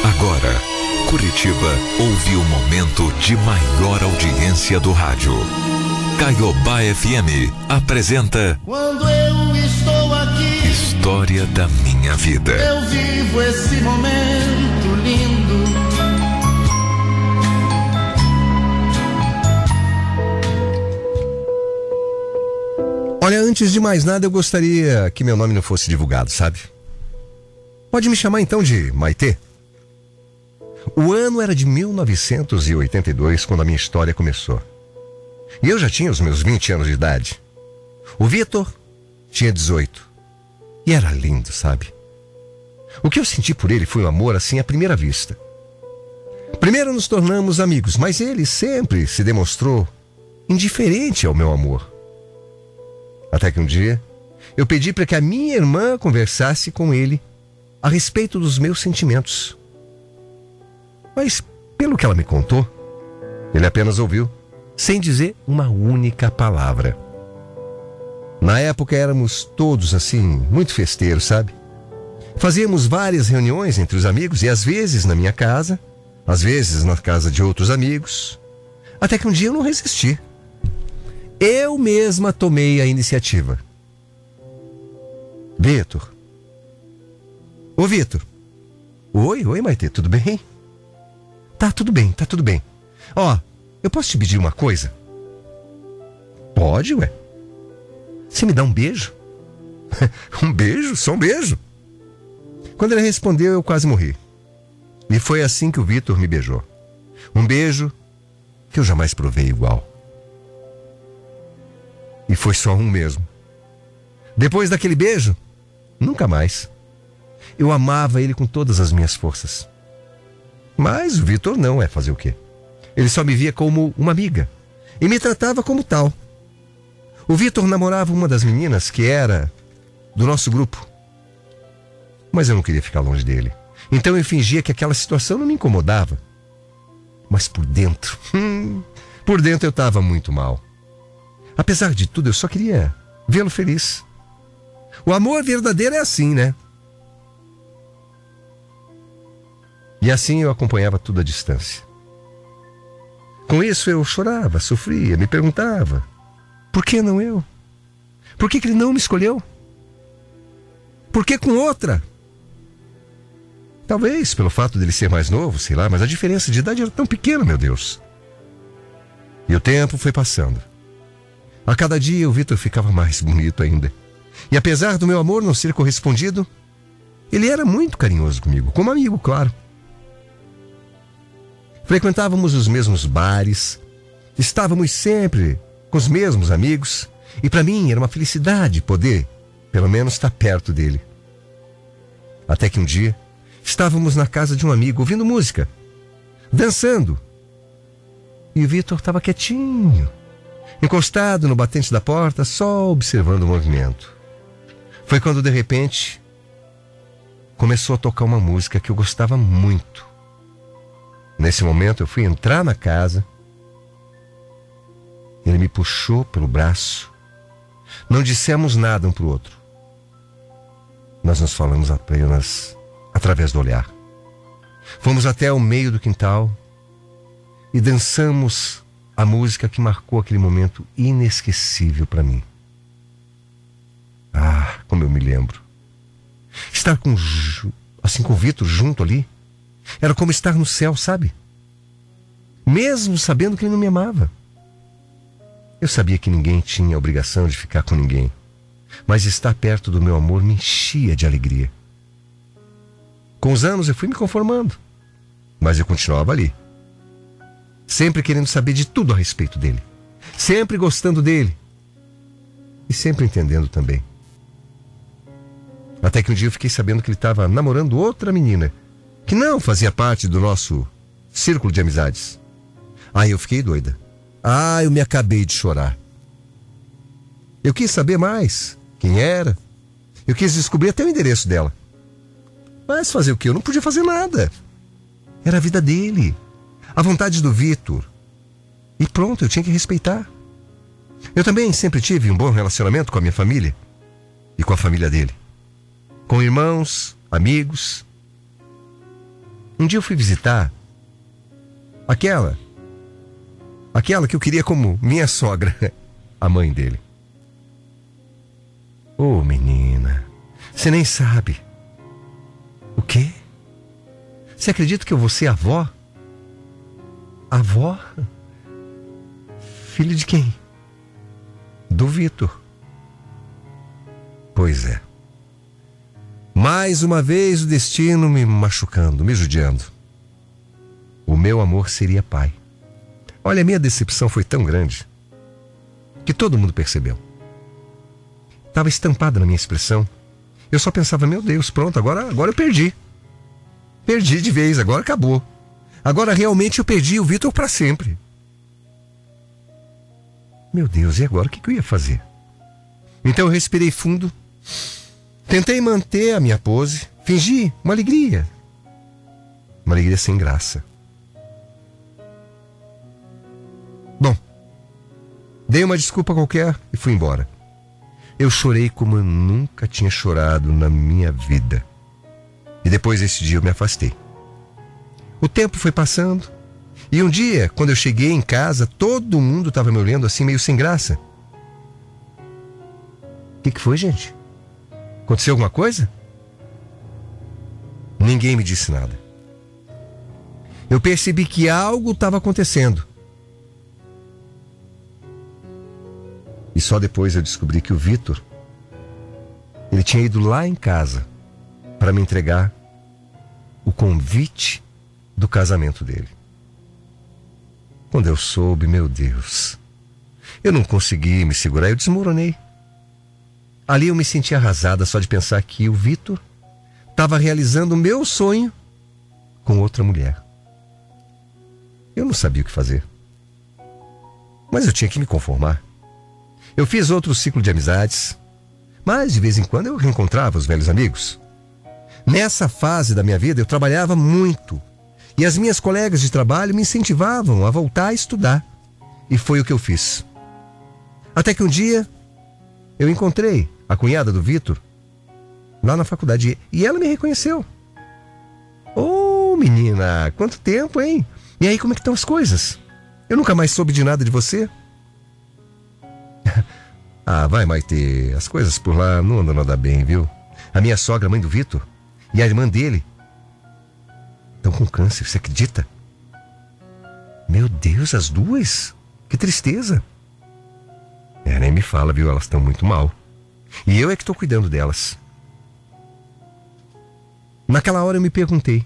Agora, Curitiba ouve o momento de maior audiência do rádio. Caiobá FM apresenta Quando eu estou aqui, História da Minha Vida. eu vivo esse momento lindo. Olha, antes de mais nada, eu gostaria que meu nome não fosse divulgado, sabe? Pode me chamar então de Maitê. O ano era de 1982, quando a minha história começou. E eu já tinha os meus 20 anos de idade. O Vitor tinha 18. E era lindo, sabe? O que eu senti por ele foi um amor assim à primeira vista. Primeiro nos tornamos amigos, mas ele sempre se demonstrou indiferente ao meu amor. Até que um dia, eu pedi para que a minha irmã conversasse com ele a respeito dos meus sentimentos. Mas, pelo que ela me contou, ele apenas ouviu, sem dizer uma única palavra. Na época éramos todos assim, muito festeiros, sabe? Fazíamos várias reuniões entre os amigos e às vezes na minha casa, às vezes na casa de outros amigos. Até que um dia eu não resisti. Eu mesma tomei a iniciativa. Vitor. Ô Vitor. Oi, Maitê, tudo bem? Tá tudo bem. Ó, eu posso te pedir uma coisa? Pode, ué. Você me dá um beijo? Um beijo? Só um beijo? Quando ele respondeu, eu quase morri. E foi assim que o Vitor me beijou. Um beijo que eu jamais provei igual. E foi só um mesmo. Depois daquele beijo, nunca mais. Eu amava ele com todas as minhas forças. Mas o Vitor não, é fazer o quê? Ele só me via como uma amiga e me tratava como tal. O Vitor namorava uma das meninas que era do nosso grupo. Mas eu não queria ficar longe dele. Então eu fingia que aquela situação não me incomodava. Mas por dentro eu estava muito mal. Apesar de tudo, eu só queria vê-lo feliz. O amor verdadeiro é assim, né? E assim eu acompanhava tudo à distância. Com isso eu chorava, sofria, me perguntava: por que não eu? Por que ele não me escolheu? Por que com outra? Talvez pelo fato dele ser mais novo, sei lá, mas a diferença de idade era tão pequena, meu Deus. E o tempo foi passando. A cada dia o Vitor ficava mais bonito ainda. E apesar do meu amor não ser correspondido, ele era muito carinhoso comigo, como amigo, claro. Frequentávamos os mesmos bares, estávamos sempre com os mesmos amigos, e para mim era uma felicidade poder, pelo menos, estar perto dele. Até que um dia, estávamos na casa de um amigo ouvindo música, dançando, e o Vitor estava quietinho, encostado no batente da porta, só observando o movimento. Foi quando, de repente, começou a tocar uma música que eu gostava muito. Nesse momento, eu fui entrar na casa. Ele me puxou pelo braço. Não dissemos nada um para o outro. Nós nos falamos apenas através do olhar. Fomos até o meio do quintal e dançamos a música que marcou aquele momento inesquecível para mim. Ah, como eu me lembro. Estar com o Vitor junto ali era como estar no céu, sabe? Mesmo sabendo que ele não me amava. Eu sabia que ninguém tinha a obrigação de ficar com ninguém, mas estar perto do meu amor me enchia de alegria. Com os anos eu fui me conformando, mas eu continuava ali, sempre querendo saber de tudo a respeito dele, sempre gostando dele e sempre entendendo também. Até que um dia eu fiquei sabendo que ele estava namorando outra menina que não fazia parte do nosso círculo de amizades. Aí eu fiquei doida. Eu me acabei de chorar. Eu quis saber mais quem era. Eu quis descobrir até o endereço dela. Mas fazer o quê? Eu não podia fazer nada. Era a vida dele, a vontade do Vitor. E pronto, eu tinha que respeitar. Eu também sempre tive um bom relacionamento com a minha família e com a família dele. Com irmãos, amigos. Um dia eu fui visitar aquela que eu queria como minha sogra, a mãe dele. Ô, menina, você nem sabe. O quê? Você acredita que eu vou ser avó? Avó? Filho de quem? Do Vitor. Pois é. Mais uma vez o destino me machucando, me judiando. O meu amor seria pai. Olha, a minha decepção foi tão grande que todo mundo percebeu. Estava estampada na minha expressão. Eu só pensava, meu Deus, pronto, agora eu perdi. Perdi de vez, agora acabou. Agora realmente eu perdi o Vitor para sempre. Meu Deus, e agora o que eu ia fazer? Então eu respirei fundo, tentei manter a minha pose, fingi uma alegria sem graça. Bom, dei uma desculpa qualquer e fui embora. Eu chorei como eu nunca tinha chorado na minha vida. E depois desse dia eu me afastei. O tempo foi passando e um dia, quando eu cheguei em casa, todo mundo estava me olhando assim meio sem graça. O que foi, gente? Aconteceu alguma coisa? Ninguém me disse nada. Eu percebi que algo estava acontecendo. E só depois eu descobri que o Vitor, ele tinha ido lá em casa para me entregar o convite do casamento dele. Quando eu soube, meu Deus, eu não consegui me segurar, eu desmoronei. Ali eu me senti arrasada só de pensar que o Vitor estava realizando o meu sonho com outra mulher. Eu não sabia o que fazer, mas eu tinha que me conformar. Eu fiz outro ciclo de amizades, mas de vez em quando eu reencontrava os velhos amigos. Nessa fase da minha vida eu trabalhava muito e as minhas colegas de trabalho me incentivavam a voltar a estudar. E foi o que eu fiz. Até que um dia eu encontrei a cunhada do Vitor lá na faculdade e ela me reconheceu. Ô, menina, quanto tempo, hein? E aí, como é que estão as coisas? Eu nunca mais soube de nada de você. Ah, vai, Maitê, as coisas por lá não andam nada bem, viu? A minha sogra, mãe do Vitor, e a irmã dele estão com câncer, você acredita? Meu Deus, as duas? Que tristeza. Nem me fala, viu? Elas estão muito mal. E eu é que estou cuidando delas. Naquela hora eu me perguntei,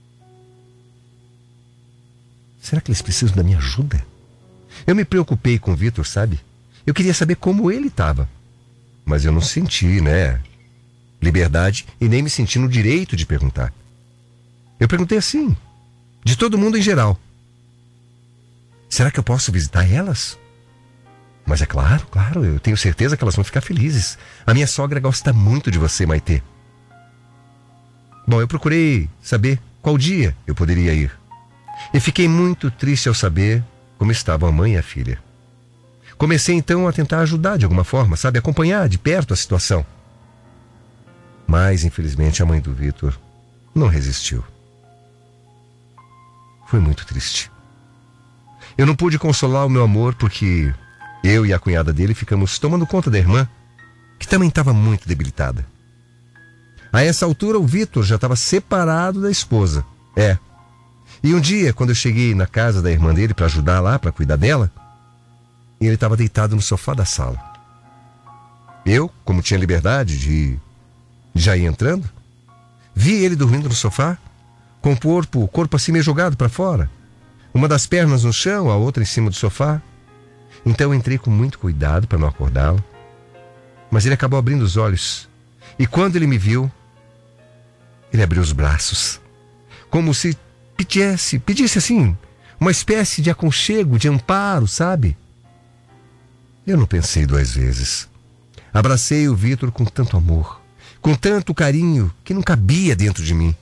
será que eles precisam da minha ajuda? Eu me preocupei com o Vitor, sabe? Eu queria saber como ele estava. Mas eu não senti, liberdade e nem me senti no direito de perguntar. Eu perguntei assim, de todo mundo em geral. Será que eu posso visitar elas? Mas é claro, eu tenho certeza que elas vão ficar felizes. A minha sogra gosta muito de você, Maitê. Bom, eu procurei saber qual dia eu poderia ir. E fiquei muito triste ao saber como estavam a mãe e a filha. Comecei então a tentar ajudar de alguma forma, sabe? Acompanhar de perto a situação. Mas, infelizmente, a mãe do Vitor não resistiu. Foi muito triste. Eu não pude consolar o meu amor porque eu e a cunhada dele ficamos tomando conta da irmã, que também estava muito debilitada. A essa altura, o Vitor já estava separado da esposa. E um dia, quando eu cheguei na casa da irmã dele para ajudar lá, para cuidar dela, ele estava deitado no sofá da sala. Eu, como tinha liberdade de já ir entrando, vi ele dormindo no sofá, com o corpo assim meio jogado para fora, uma das pernas no chão, a outra em cima do sofá. Então eu entrei com muito cuidado para não acordá-lo, mas ele acabou abrindo os olhos, e quando ele me viu, ele abriu os braços, como se pedisse assim, uma espécie de aconchego, de amparo, sabe? Eu não pensei duas vezes. Abracei o Vitor com tanto amor, com tanto carinho, que não cabia dentro de mim.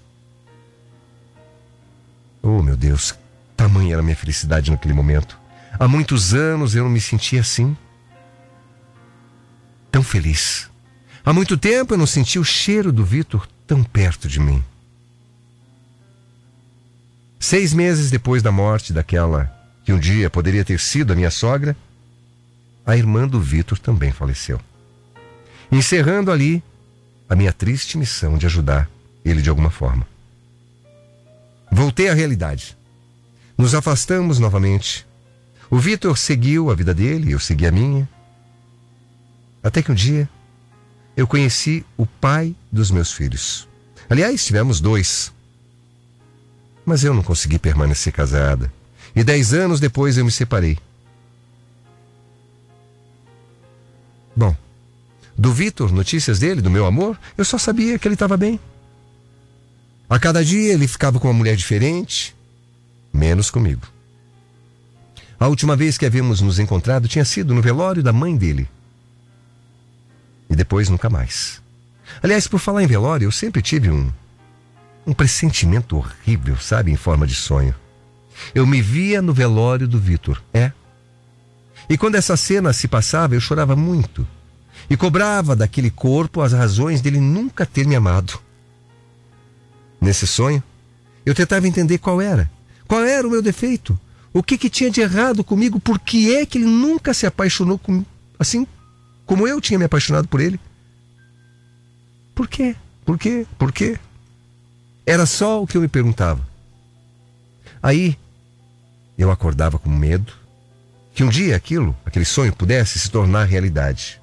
Oh, meu Deus, tamanha era a minha felicidade naquele momento. Há muitos anos eu não me sentia assim. Tão feliz. Há muito tempo eu não sentia o cheiro do Vitor tão perto de mim. 6 meses depois da morte daquela que um dia poderia ter sido a minha sogra, a irmã do Vitor também faleceu. Encerrando ali a minha triste missão de ajudar ele de alguma forma. Voltei à realidade. Nos afastamos novamente. O Vitor seguiu a vida dele, eu segui a minha. Até que um dia eu conheci o pai dos meus filhos. Aliás, tivemos 2. Mas eu não consegui permanecer casada. E 10 anos depois eu me separei. Bom, do Vitor, notícias dele, do meu amor, eu só sabia que ele estava bem. A cada dia ele ficava com uma mulher diferente, menos comigo. A última vez que havíamos nos encontrado tinha sido no velório da mãe dele. E depois nunca mais. Aliás, por falar em velório, eu sempre tive um pressentimento horrível, sabe, em forma de sonho. Eu me via no velório do Vitor, E quando essa cena se passava, eu chorava muito. E cobrava daquele corpo as razões dele nunca ter me amado. Nesse sonho, eu tentava entender qual era o meu defeito, o que tinha de errado comigo, por que é que ele nunca se apaixonou assim como eu tinha me apaixonado por ele. Por quê? Por quê? Por quê? Era só o que eu me perguntava. Aí, eu acordava com medo que um dia aquele sonho pudesse se tornar realidade.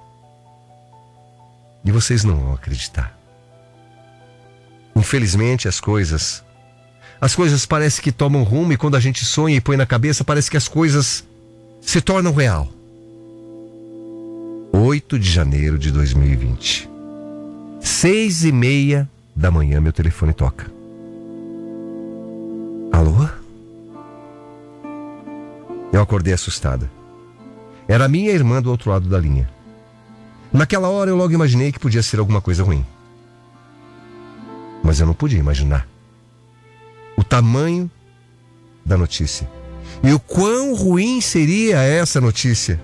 E vocês não vão acreditar. Infelizmente, as coisas parecem que tomam rumo, e quando a gente sonha e põe na cabeça, parece que as coisas se tornam real. 8 de janeiro de 2020. 6:30 da manhã, meu telefone toca. Alô? Eu acordei assustada. Era a minha irmã do outro lado da linha. Naquela hora eu logo imaginei que podia ser alguma coisa ruim. Mas eu não podia imaginar o tamanho da notícia e o quão ruim seria essa notícia.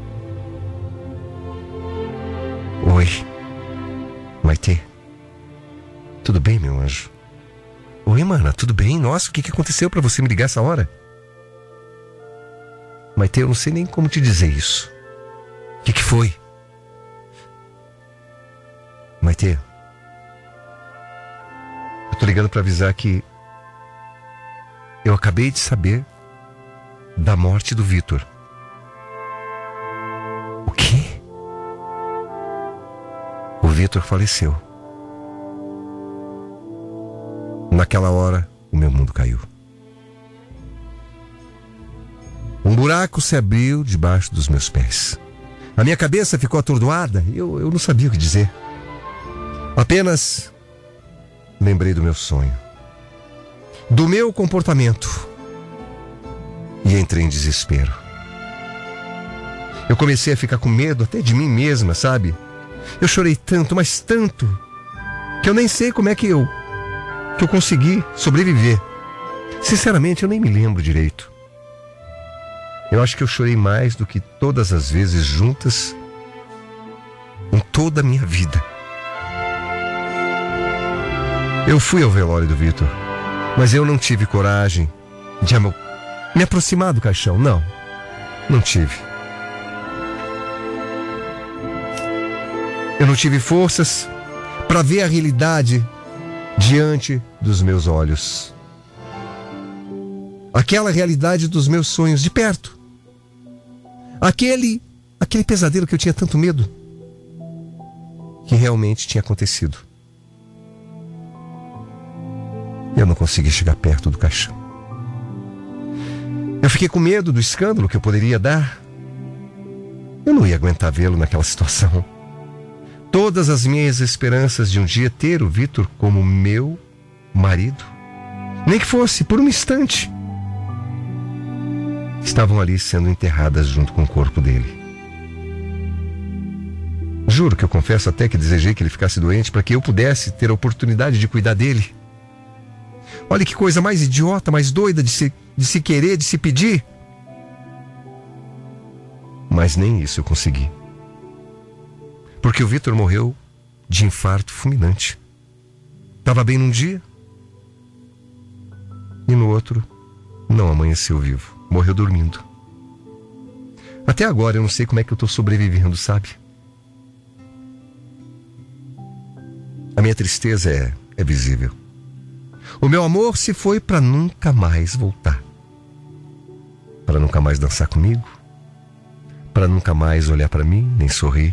Oi, Maitê. Tudo bem, meu anjo? Oi, mana, tudo bem? Nossa, o que aconteceu pra você me ligar essa hora? Maitê, eu não sei nem como te dizer isso. O que foi? Maitê, eu tô ligando pra avisar que eu acabei de saber da morte do Vitor. O quê? O Vitor faleceu. Naquela hora, o meu mundo caiu. Um buraco se abriu debaixo dos meus pés. A minha cabeça ficou atordoada. Eu não sabia o que dizer. Apenas lembrei do meu sonho, do meu comportamento, e entrei em desespero. Eu comecei a ficar com medo até de mim mesma, sabe? Eu chorei tanto, mas tanto, que eu nem sei como é que eu consegui sobreviver. Sinceramente, eu nem me lembro direito. Eu acho que eu chorei mais do que todas as vezes juntas em toda a minha vida. Eu fui ao velório do Vitor, mas eu não tive coragem de me aproximar do caixão. Não tive. Eu não tive forças para ver a realidade diante dos meus olhos. Aquela realidade dos meus sonhos de perto. Aquele pesadelo que eu tinha tanto medo, que realmente tinha acontecido. Eu não consegui chegar perto do caixão. Eu fiquei com medo do escândalo que eu poderia dar. Eu não ia aguentar vê-lo naquela situação. Todas as minhas esperanças de um dia ter o Vitor como meu marido, nem que fosse por um instante, estavam ali sendo enterradas junto com o corpo dele. Juro que eu confesso até que desejei que ele ficasse doente para que eu pudesse ter a oportunidade de cuidar dele. Olha que coisa mais idiota, mais doida de se querer, de se pedir. Mas nem isso eu consegui. Porque o Vitor morreu de infarto fulminante. Estava bem num dia e no outro não amanheceu vivo. Morreu dormindo. Até agora eu não sei como é que eu tô sobrevivendo, sabe? A minha tristeza é visível. O meu amor se foi para nunca mais voltar. Para nunca mais dançar comigo. Para nunca mais olhar para mim, nem sorrir.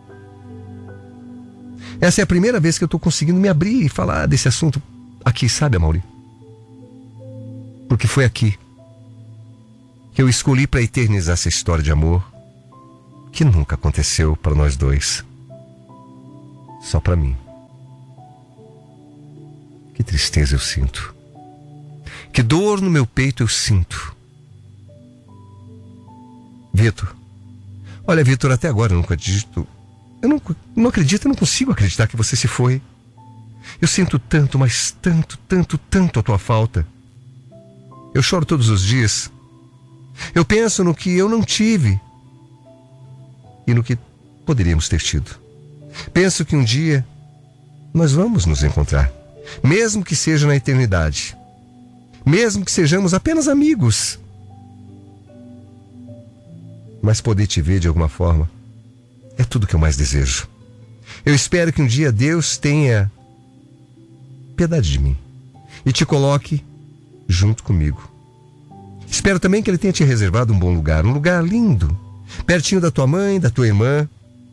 Essa é a primeira vez que eu tô conseguindo me abrir e falar desse assunto aqui, sabe, Amaury? Porque foi aqui que eu escolhi para eternizar essa história de amor que nunca aconteceu para nós dois. Só para mim. Que tristeza eu sinto. Que dor no meu peito eu sinto. Vitor. Olha, Vitor, até agora eu não acredito. Eu não acredito, eu não consigo acreditar que você se foi. Eu sinto tanto, mas tanto, tanto, tanto a tua falta. Eu choro todos os dias. Eu penso no que eu não tive e no que poderíamos ter tido. Penso que um dia nós vamos nos encontrar. Mesmo que seja na eternidade. Mesmo que sejamos apenas amigos. Mas poder te ver de alguma forma é tudo que eu mais desejo. Eu espero que um dia Deus tenha piedade de mim e te coloque junto comigo. Espero também que Ele tenha te reservado um bom lugar, um lugar lindo, pertinho da tua mãe, da tua irmã.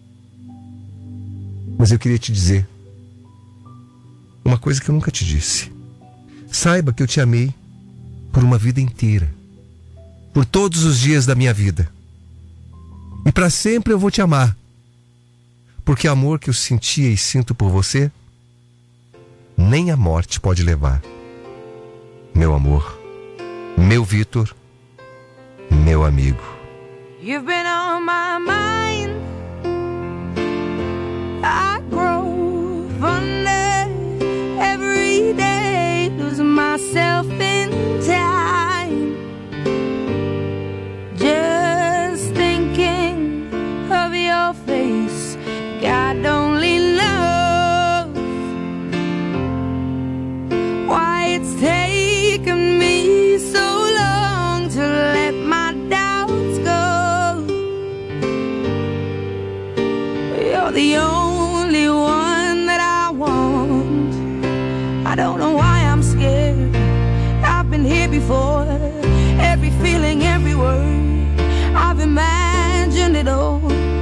Mas eu queria te dizer uma coisa que eu nunca te disse. Saiba que eu te amei por uma vida inteira, por todos os dias da minha vida. E para sempre eu vou te amar, porque o amor que eu sentia e sinto por você, nem a morte pode levar. Meu amor, meu Vitor, meu amigo. You've been on my mind. I grow fonder every day, losing myself in time. Just thinking of your face, God only knows why it's taken me so long to let my doubts go. You're the only one that I want. I don't know why I'm scared. I've been here before. Every feeling, every word, I've imagined it all.